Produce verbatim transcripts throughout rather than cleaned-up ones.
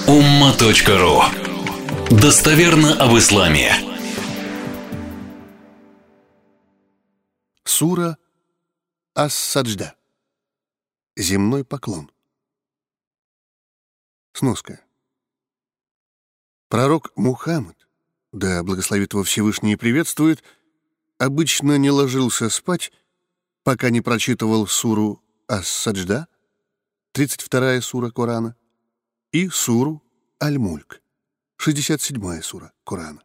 умма точка ру. Достоверно об исламе. Сура Ас-Саджда. Земной поклон. Сноска. Пророк Мухаммад, да благословит его Всевышний и приветствует, обычно не ложился спать, пока не прочитывал суру Ас-Саджда, тридцать вторая сура Корана, и суру Аль-Мульк, шестьдесят седьмая сура Корана.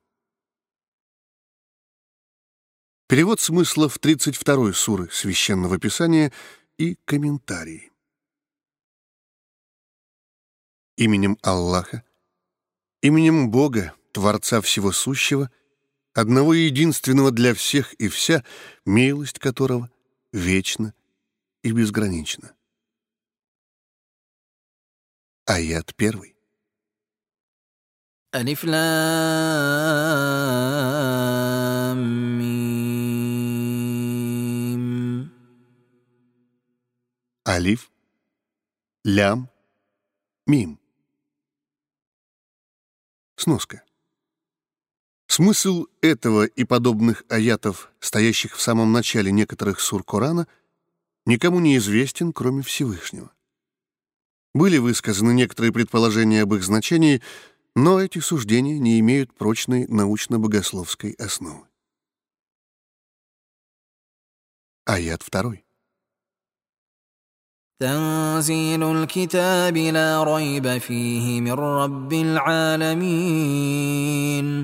Перевод смыслов тридцать второй суры Священного Писания и комментарии. Именем Аллаха, именем Бога, Творца Всего Сущего, одного единственного для всех и вся, милость которого вечна и безгранична. Аят первый. Алиф лам мим. Алиф, лям, мим. Сноска. Смысл этого и подобных аятов, стоящих в самом начале некоторых сур Корана, никому не известен, кроме Всевышнего. Были высказаны некоторые предположения об их значении, но эти суждения не имеют прочной научно-богословской основы. Аят второй. Танзилул китаби ла райба фихи мир раббил аламин.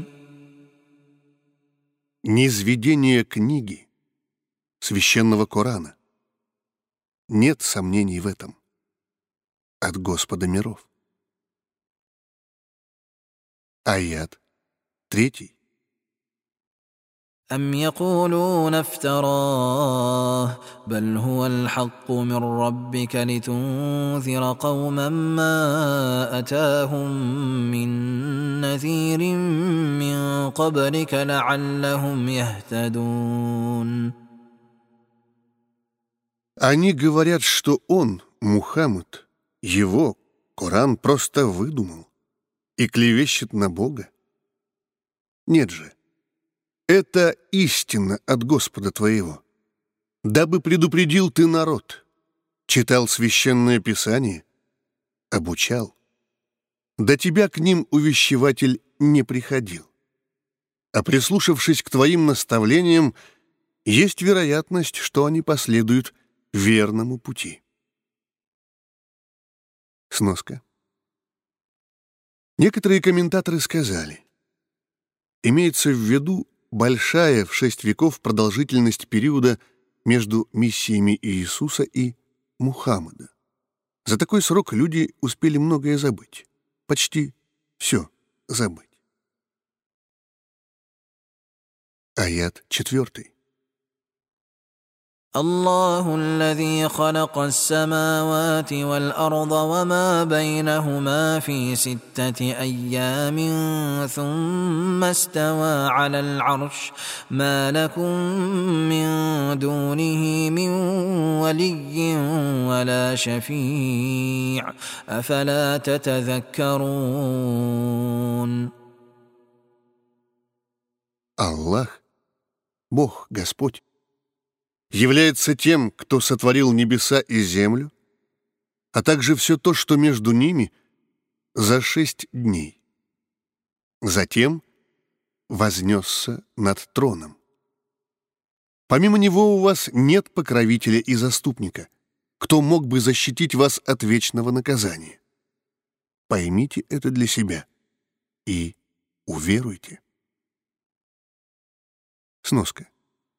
Низведение книги Священного Корана. Нет сомнений в этом. От Господа миров. Аят третий. أم يقولون افتراه بل هو الحق من ربك لتنذر قوما ما أتاهم من نذير من قبلك لعلهم يهتدون. Они говорят, что он, Мухаммад, его, Коран, просто выдумал и клевещет на Бога. Нет же. Это истина от Господа твоего, дабы предупредил ты народ, читал священное писание, обучал. До тебя к ним увещеватель не приходил. А прислушавшись к твоим наставлениям, есть вероятность, что они последуют верному пути. Сноска. Некоторые комментаторы сказали, имеется в виду большая в шесть веков продолжительность периода между миссиями Иисуса и Мухаммада. За такой срок люди успели многое забыть. Почти все забыть. Аят четвертый. الله الذي خلق السماوات والأرض وما بينهما في ستة أيام ثم استوى على العرش ما لكم من دونه من ولي ولا شفيع أفلا تتذكرون. Аллах, Бог, Господь, является тем, кто сотворил небеса и землю, а также все то, что между ними, за шесть дней. Затем вознесся над троном. Помимо него у вас нет покровителя и заступника, кто мог бы защитить вас от вечного наказания. Поймите это для себя и уверуйте. Сноска.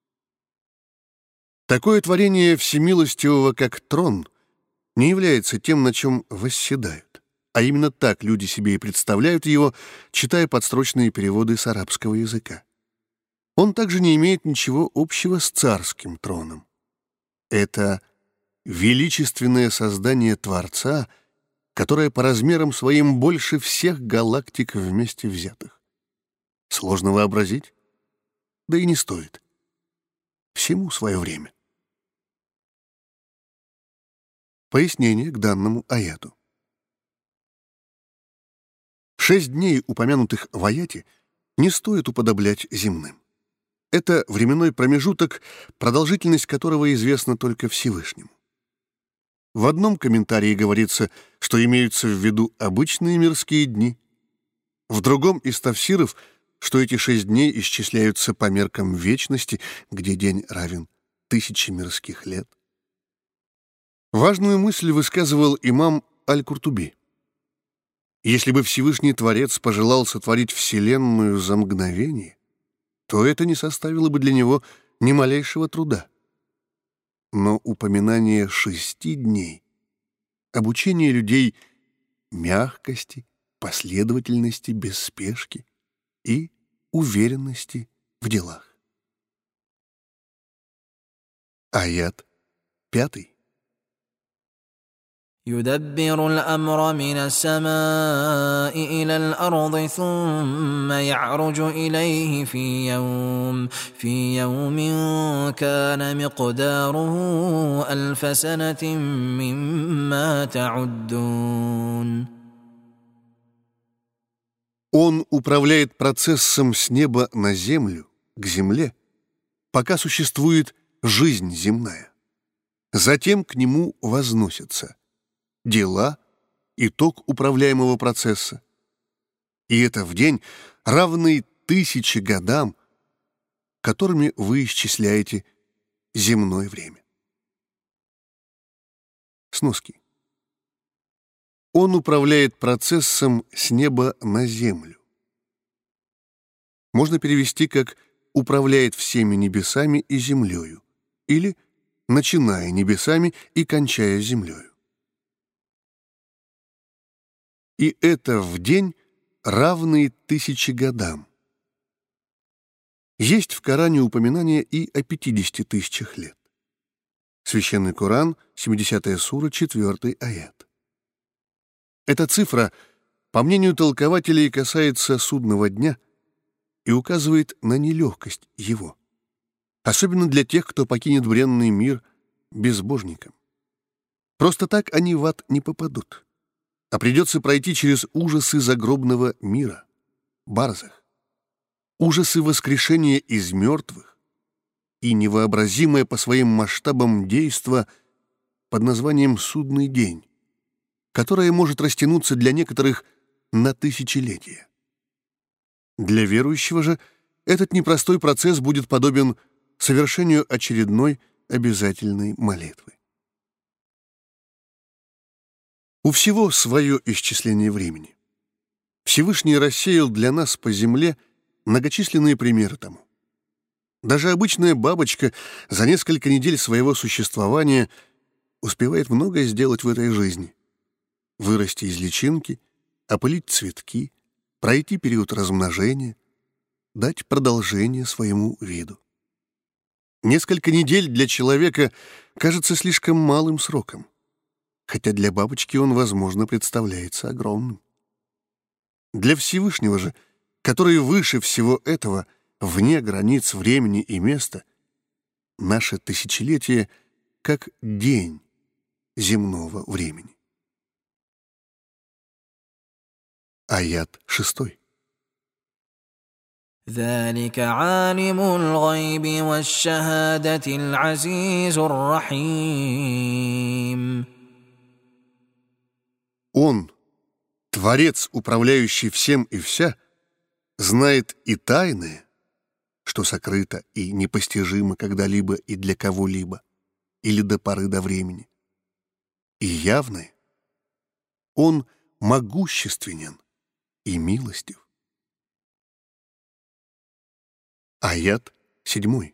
Такое творение всемилостивого, как трон, не является тем, на чем восседают, а именно так люди себе и представляют его, читая подстрочные переводы с арабского языка. Он также не имеет ничего общего с царским троном. Это величественное создание Творца, которое по размерам своим больше всех галактик вместе взятых. Сложно вообразить? Да и не стоит. Всему свое время. Пояснение к данному аяту. Шесть дней, упомянутых в аяте, не стоит уподоблять земным. Это временной промежуток, продолжительность которого известна только Всевышнему. В одном комментарии говорится, что имеются в виду обычные мирские дни, в другом из тафсиров, что эти шесть дней исчисляются по меркам вечности, где день равен тысяче мирских лет. Важную мысль высказывал имам Аль-Куртуби. Если бы Всевышний Творец пожелал сотворить Вселенную за мгновение, то это не составило бы для него ни малейшего труда. Но упоминание шести дней, обучение людей мягкости, последовательности, без спешки и уверенности в делах. Аят пятый. يدبر الأمر من السماء إلى الأرض ثم يعرج إليه في يوم في يوم كان مقداره ألف سنة مما تعدون. Он управляет процессом с неба на землю, к земле, пока существует жизнь земная. Затем к нему возносятся дела, итог управляемого процесса. И это в день, равный тысяче годам, которыми вы исчисляете земное время. Сноски. Он управляет процессом с неба на землю. Можно перевести как «управляет всеми небесами и землею» или «начиная небесами и кончая землею». И это в день, равный тысяче годам. Есть в Коране упоминание и о пятидесяти тысячах лет. Священный Коран, семидесятая сура, четвёртый аят. Эта цифра, по мнению толкователей, касается судного дня и указывает на нелегкость его, особенно для тех, кто покинет бренный мир безбожникам. Просто так они в ад не попадут, а придется пройти через ужасы загробного мира, барзах, ужасы воскрешения из мертвых и невообразимое по своим масштабам действо под названием «судный день», которое может растянуться для некоторых на тысячелетия. Для верующего же этот непростой процесс будет подобен совершению очередной обязательной молитвы. У всего свое исчисление времени. Всевышний рассеял для нас по земле многочисленные примеры тому. Даже обычная бабочка за несколько недель своего существования успевает многое сделать в этой жизни. Вырасти из личинки, опылить цветки, пройти период размножения, дать продолжение своему виду. Несколько недель для человека кажется слишком малым сроком, хотя для бабочки он, возможно, представляется огромным. Для Всевышнего же, который выше всего этого, вне границ времени и места, наше тысячелетие как день земного времени. Аят шестой. ذلك عالم الغيب والشهادة العزيز الرحيم. Он, Творец, управляющий всем и вся, знает и тайное, что сокрыто и непостижимо когда-либо и для кого-либо, или до поры до времени, и явное. Он могущественен и милостив. Аят седьмой.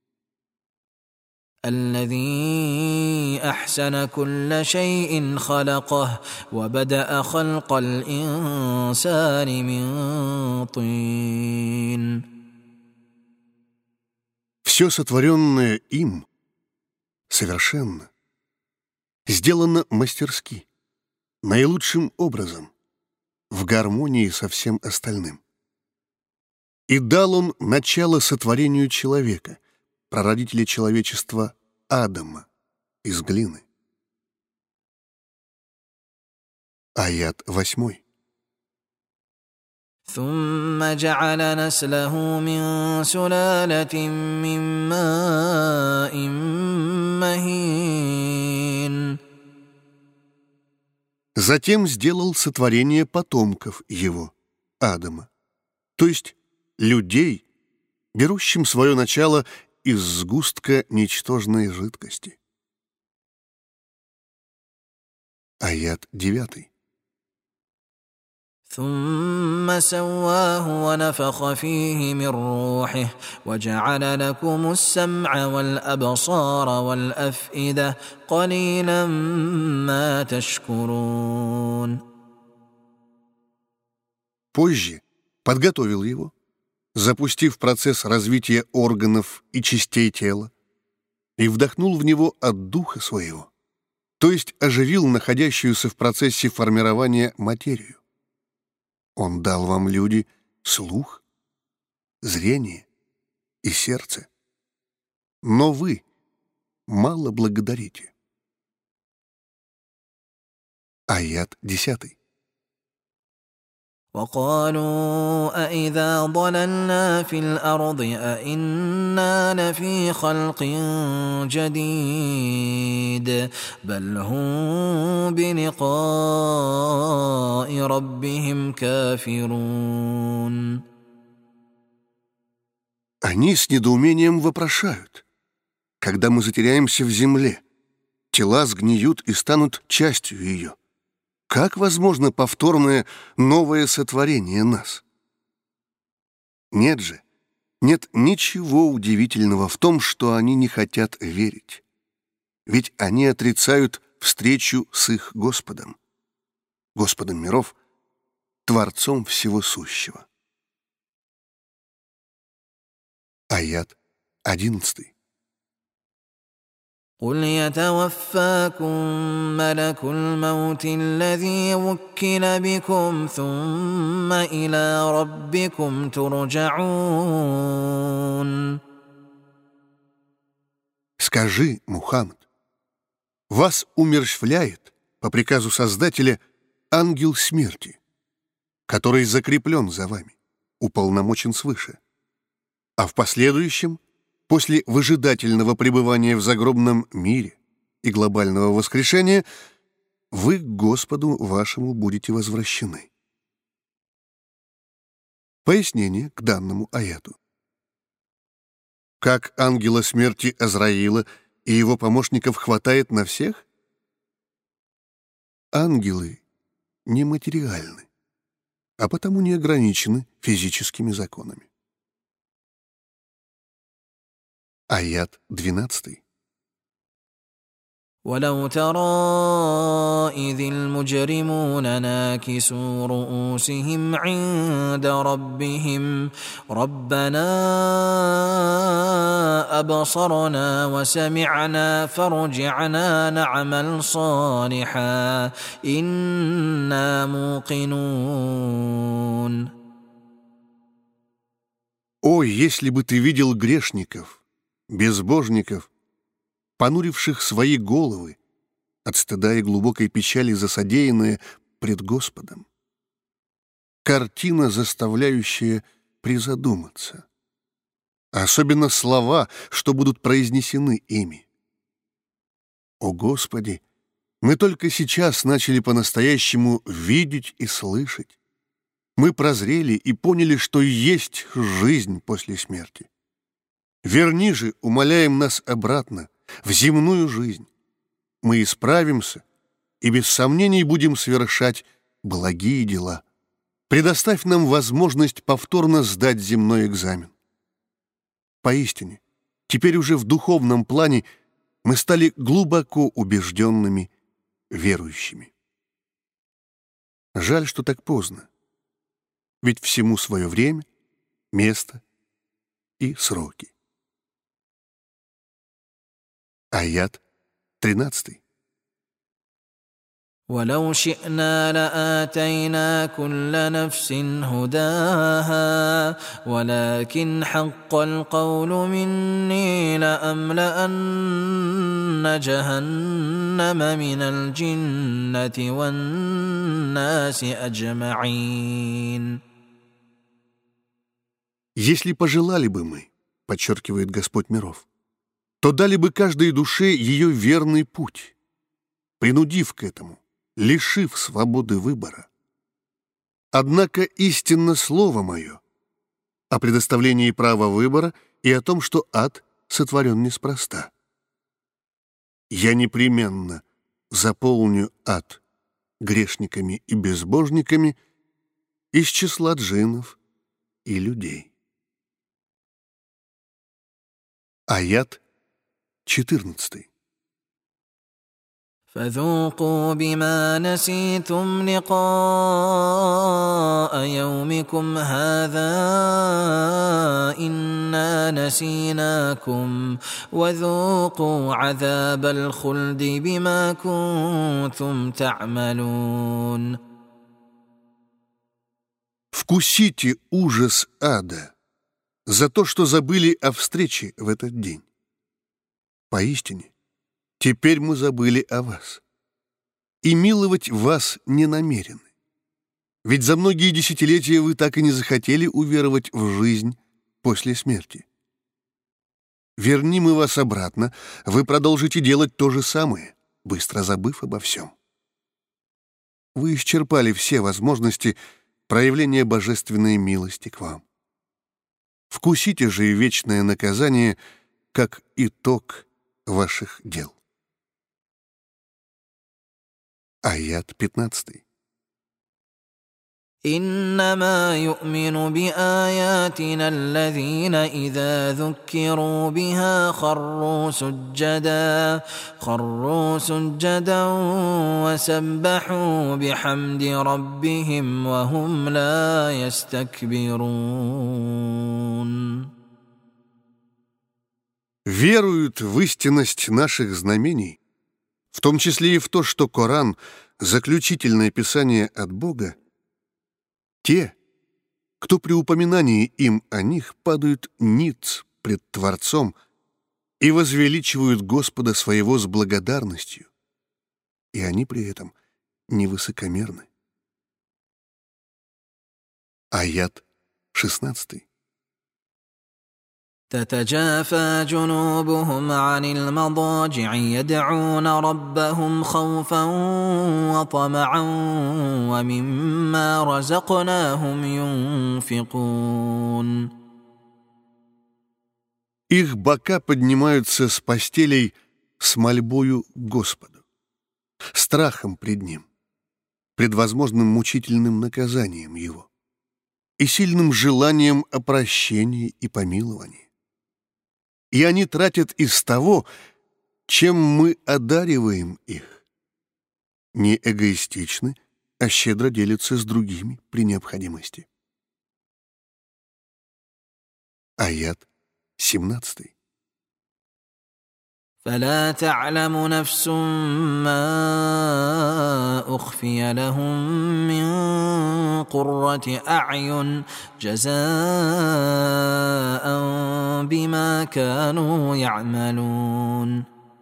الذي أحسن كل شيء خلقه وبدأ خلق الإنسان من طين. Все сотворенное им совершенно, сделано мастерски, наилучшим образом, в гармонии со всем остальным. И дал он начало сотворению человека, прародителя человечества Адама, из глины. Аят восьмой. ثم جعل نسله من سلالة من ماء مهين. Затем сделал сотворение потомков его, Адама, то есть людей, берущим свое начало из сгустка ничтожной жидкости. Аят девятый. ثم سواه ونفخ فيه من روحه وجعل لكم السمع والأبصار والأفئدة قليلا ما تشكرون. Позже подготовил его, запустив процесс развития органов и частей тела, и вдохнул в него от духа своего, то есть оживил находящуюся в процессе формирования материю. Он дал вам, люди, слух, зрение и сердце. Но вы мало благодарите. Аят десятый. وقالوا أإذا ضللنا في الأرض أإنا لفي خلق جديد بل هم بلقاء ربهم كافرون. Они с недоумением вопрошают: когда мы затеряемся в земле, тела сгниют и станут частью ее. Как возможно повторное новое сотворение нас? Нет же, нет ничего удивительного в том, что они не хотят верить. Ведь они отрицают встречу с их Господом, Господом миров, Творцом всего сущего. Аят одиннадцатый. قل يتوفاكم ملك الموت الذي وكل بكم ثم إلى ربكم ترجعون. Скажи, Мухаммад, вас умерщвляет по приказу Создателя ангел смерти, который закреплен за вами, уполномочен свыше, а в последующем, после выжидательного пребывания в загробном мире и глобального воскрешения, вы к Господу вашему будете возвращены. Пояснение к данному аяту. Как ангела смерти Азраила и его помощников хватает на всех? Ангелы нематериальны, а потому не ограничены физическими законами. Аят двенадцатый. ولو ترى إذ المجرمون ناكسوا رؤوسهم عند ربهم ربنا أبصرنا وسمعنا فارجعنا نعمل صالحا إنا موقنون. О, если бы ты видел грешников, безбожников, понуривших свои головы от стыда и глубокой печали за содеянное пред Господом. Картина, заставляющая призадуматься. Особенно слова, что будут произнесены ими. О Господи, мы только сейчас начали по-настоящему видеть и слышать. Мы прозрели и поняли, что есть жизнь после смерти. Верни же, умоляем нас обратно, в земную жизнь. Мы исправимся и без сомнений будем совершать благие дела. Предоставь нам возможность повторно сдать земной экзамен. Поистине, теперь уже в духовном плане мы стали глубоко убежденными верующими. Жаль, что так поздно. Ведь всему свое время, место и сроки. Аят тринадцатый. ولو شئنا لآتينا كل نفس هداها ولكن حق القول مني لأملأن جهنم من الجنة والناس أجمعين. Если пожелали бы мы, подчеркивает Господь миров, то дали бы каждой душе ее верный путь, принудив к этому, лишив свободы выбора. Однако истинно слово мое о предоставлении права выбора и о том, что ад сотворен неспроста. Я непременно заполню ад грешниками и безбожниками из числа джиннов и людей. Аят четырнадцатый. فذوقوا بما نسيتم لقاء يومكم هذا إنا نسيناكم وذوقوا عذاب الخلد بما كنتم تعملون. Вкусите ужас ада за то, что забыли о встрече в этот день. Поистине, теперь мы забыли о вас, и миловать вас не намерены. Ведь за многие десятилетия вы так и не захотели уверовать в жизнь после смерти. Верни мы вас обратно, вы продолжите делать то же самое, быстро забыв обо всем. Вы исчерпали все возможности проявления божественной милости к вам. Вкусите же вечное наказание как итог ваших дел. Аят пятнадцатый. إنما يؤمن بآياتنا الذين إذا ذكروا بها خروا سجدا خروا سجدا وسبحوا بحمد ربهم وهم لا يستكبرون. Веруют в истинность наших знамений, в том числе и в то, что Коран — заключительное писание от Бога, те, кто при упоминании им о них падают ниц пред Творцом и возвеличивают Господа своего с благодарностью, и они при этом не высокомерны. Аят шестнадцатый. تتجافى جنوبهم عن المضاجع يدعون ربهم خوفا وطمعا ومما رزقناهم ينفقون. Их бока поднимаются с постелей с мольбою к Господу, страхом пред Ним, пред возможным мучительным наказанием Его и сильным желанием о прощении и помиловании. И они тратят из того, чем мы одариваем их. Не эгоистичны, а щедро делятся с другими при необходимости. Аят семнадцатый. فلا تعلم نفس ما أخفي لهم من قرة أعين جزاء بما كانوا يعملون.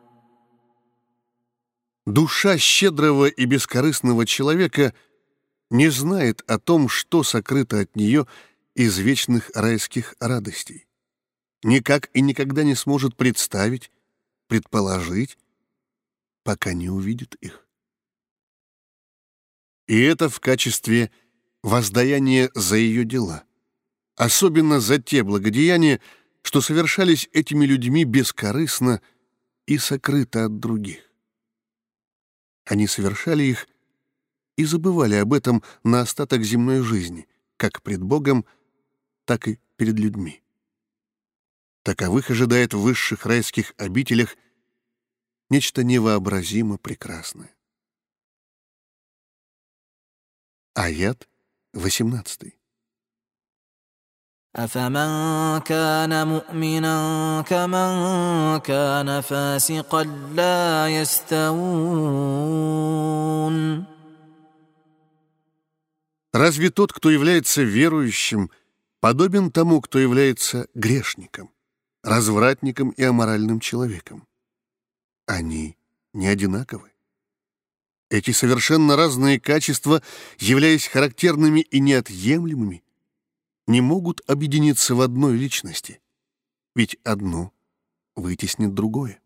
Душа щедрого и бескорыстного человека не знает о том, что сокрыто от нее из вечных райских радостей. Никак и никогда не сможет представить, предположить, пока не увидит их. И это в качестве воздаяния за ее дела, особенно за те благодеяния, что совершались этими людьми бескорыстно и сокрыто от других. Они совершали их и забывали об этом на остаток земной жизни, как пред Богом, так и перед людьми. Таковых ожидает в высших райских обителях нечто невообразимо прекрасное. Аят восемнадцатый. أفمن كان مؤمنا كمن كان فاسقا لا يستوون. Разве тот, кто является верующим, подобен тому, кто является грешником, развратником и аморальным человеком? Они не одинаковы. Эти совершенно разные качества, являясь характерными и неотъемлемыми, не могут объединиться в одной личности, ведь одно вытеснит другое.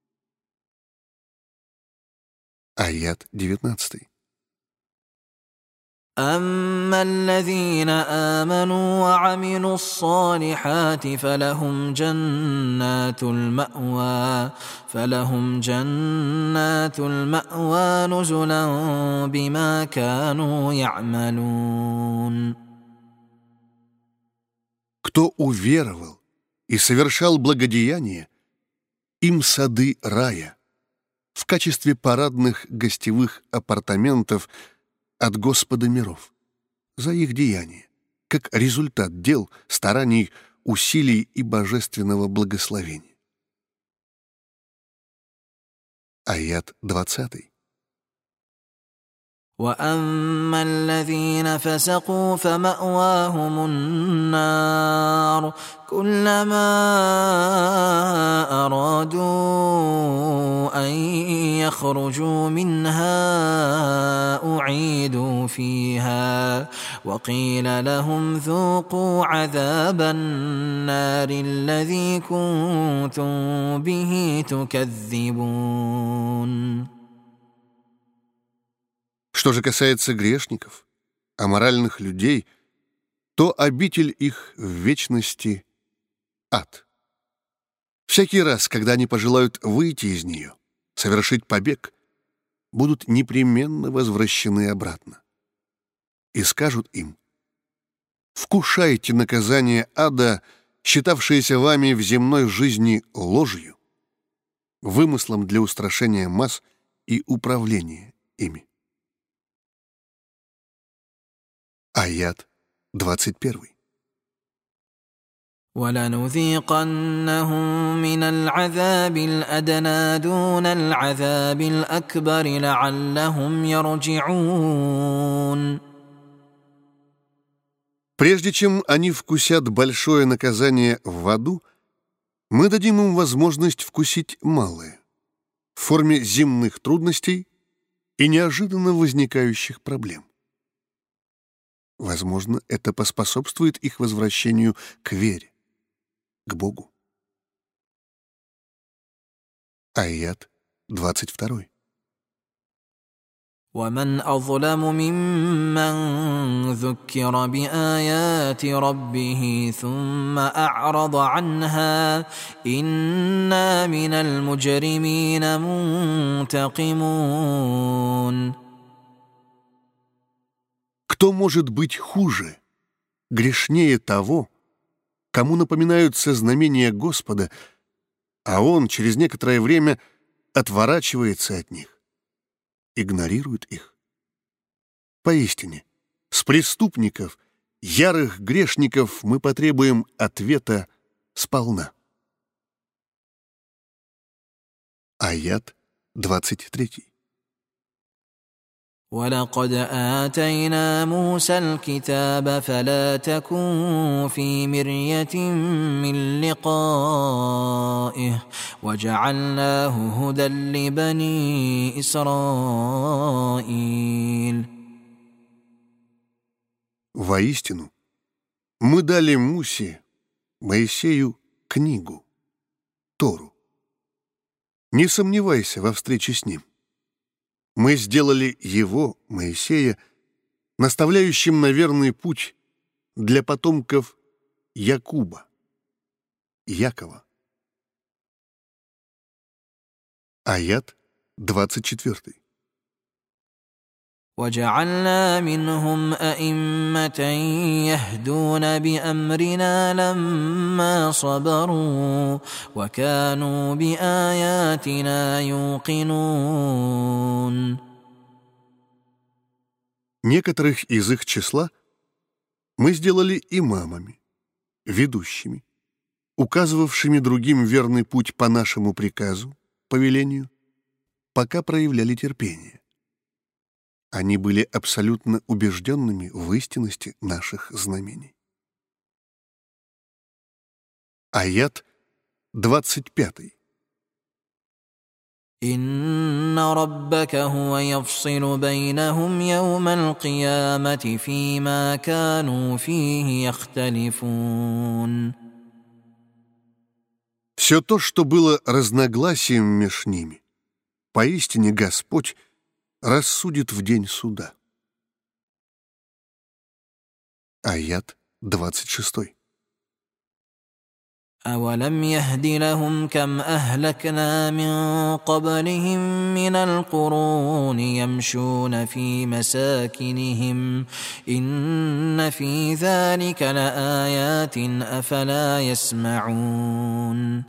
Аят девятнадцатый. أما الذين آمنوا وعملوا الصالحات فلهم جنات المأوى فلهم جنات المأوى نزلا بما كانوا يعملون. Кто уверовал и совершал благодеяние, им сады рая в качестве парадных гостевых апартаментов от Господа миров за их деяния, как результат дел, стараний, усилий и божественного благословения. Аят двадцатый. وأما الذين فسقوا فمأواهم النار كلما أرادوا أن يخرجوا منها أعيدوا فيها وقيل لهم ذوقوا عذاب النار الذي كنتم به تكذبون. Что же касается грешников, аморальных людей, то обитель их в вечности — ад. Всякий раз, когда они пожелают выйти из нее, совершить побег, будут непременно возвращены обратно. И скажут им: «Вкушайте наказание ада, считавшееся вами в земной жизни ложью, вымыслом для устрашения масс и управления ими». Аят двадцать первый. وَلَنُذِيقَنَّهُم مِّنَ الْعَذَابِ الْأَدْنَىٰ دُونَ الْعَذَابِ الْأَكْبَرِ لَعَلَّهُمْ يَرْجِعُونَ. Прежде чем они вкусят большое наказание в аду, мы дадим им возможность вкусить малое в форме земных трудностей и неожиданно возникающих проблем. Возможно, это поспособствует их возвращению к вере, к Богу. Аят двадцать второй. وَمَنْ أَظْلَمُ مِمَّنْ ذُكِّرَ بِآيَاتِ رَبِّهِ ثُمَّ أَعْرَضَ عَنْهَا إِنَّا مِنَ الْمُجْرِمِينَ مُنْتَقِمُونَ. Кто может быть хуже, грешнее того, кому напоминаются знамения Господа, а он через некоторое время отворачивается от них, игнорирует их? Поистине, с преступников, ярых грешников мы потребуем ответа сполна. Аят двадцать третий. وَلَقَدْ آتَيْنَا مُوسَى الْكِتَابَ فَلَا تَكُن فِي مِرْيَةٍ مِّن لِّقَائِهِ وَجَعَلْنَاهُ هُدًى لِّبَنِي إِسْرَائِيلَ. Воистину, мы дали Мусе, Моисею, книгу, Тору. Не сомневайся во встрече с ним. Мы сделали его, Моисея, наставляющим на верный путь для потомков Якуба, Якова. Аят двадцать четвертый. وَجَعَلْنَا مِنْهُمْ أَئِمَّةً يَهْدُونَ بِأَمْرِنَا لَمَّا صَبَرُوا وَكَانُوا بِآيَاتِنَا يُوقِنُونَ. Некоторых из их числа мы сделали имамами, ведущими, указывавшими другим верный путь по нашему приказу, повелению, пока проявляли терпение. Они были абсолютно убежденными в истинности наших знамений. Аят двадцать пятый. إن ربك هو يفصل بينهم يوم القيامة فيما كانوا فيه يختلفون. Все то, что было разногласием меж ними, поистине Господь рассудит в день суда. Аят двадцать шестой. أولم يهد لهم كم أهلكنا من قبلهم من القرون يمشون في مساكنهم إن في ذلك لآيات أفلا يسمعون.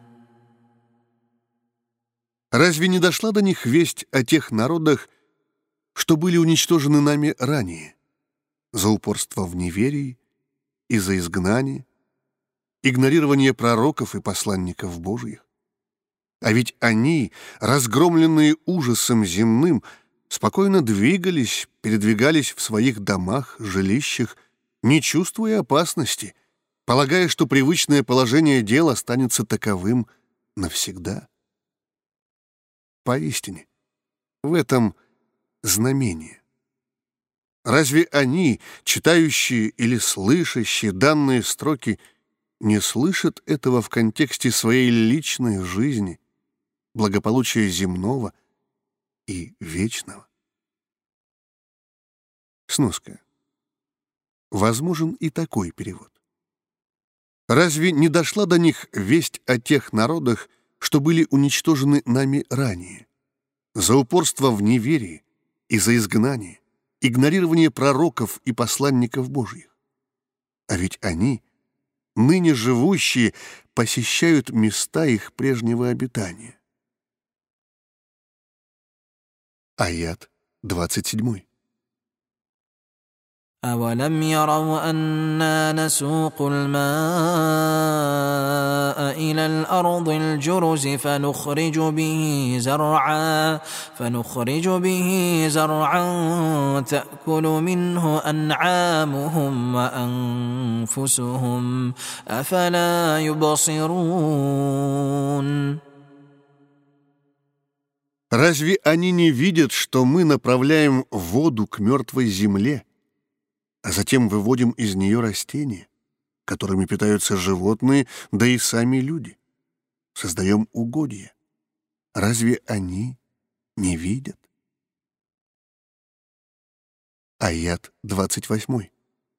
Разве не дошла до них весть о тех народах, что были уничтожены нами ранее, за упорство в неверии и за изгнание, игнорирование пророков и посланников Божьих? А ведь они, разгромленные ужасом земным, спокойно двигались, передвигались в своих домах, жилищах, не чувствуя опасности, полагая, что привычное положение дел останется таковым навсегда. Поистине, в этом знамение. Разве они, читающие или слышащие данные строки, не слышат этого в контексте своей личной жизни, благополучия земного и вечного? Сноска. Возможен и такой перевод. Разве не дошла до них весть о тех народах, что были уничтожены нами ранее, за упорство в неверии и за изгнание, игнорирование пророков и посланников Божьих? А ведь они, ныне живущие, посещают места их прежнего обитания. Аят двадцать седьмой. أولم يروا أنا نسوق الماء إلى الأرض الجرز فنخرج به زرعا فنخرج به زرعا تأكل منه أنعامهم وأنفسهم أفلا يبصرون. Разве они не видят, что мы направляем воду к мертвой земле, а затем выводим из нее растения, которыми питаются животные, да и сами люди? Создаем угодья. Разве они не видят? Аят двадцать восьмой.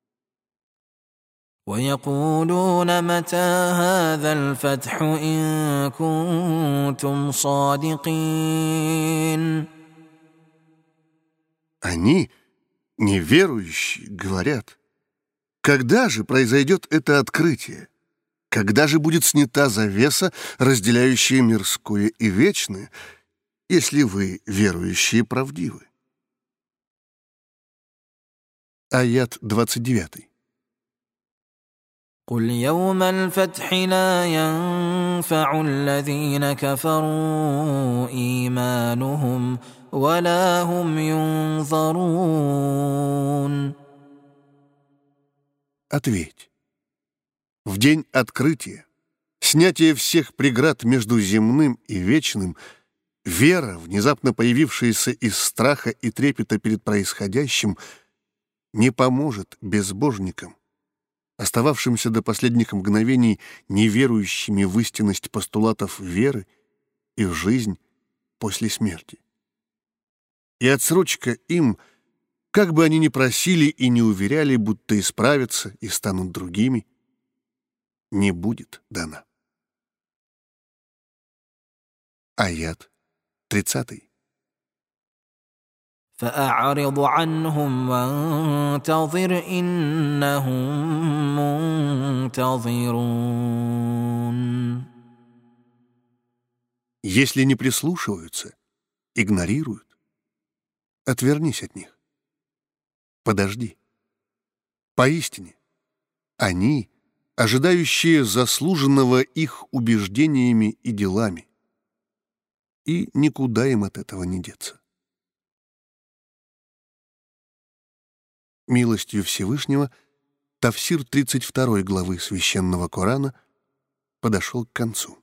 ويقولون متى هذا الفتح إن كنتم صادقين. Они, неверующие, говорят: когда же произойдет это открытие? Когда же будет снята завеса, разделяющая мирское и вечное, если вы, верующие, правдивы? Аят двадцать девятый. قل يوم الفتح لا ينفع الذين كفروا إيمانهم ولا هم ينظرون. Ответь. В день открытия, снятия всех преград между земным и вечным, вера, внезапно появившаяся из страха и трепета перед происходящим, не поможет безбожникам, остававшимся до последних мгновений неверующими в истинность постулатов веры и в жизнь после смерти. И отсрочка им, как бы они ни просили и не уверяли, будто исправятся и станут другими, не будет дана. Аят тридцатый. فأعرض عنهم وانتظر إنهم منتظرون. Если не прислушиваются, игнорируют, отвернись от них. Подожди. Поистине, они, ожидающие заслуженного их убеждениями и делами, и никуда им от этого не деться. Милостью Всевышнего тафсир тридцать второй главы Священного Корана подошел к концу.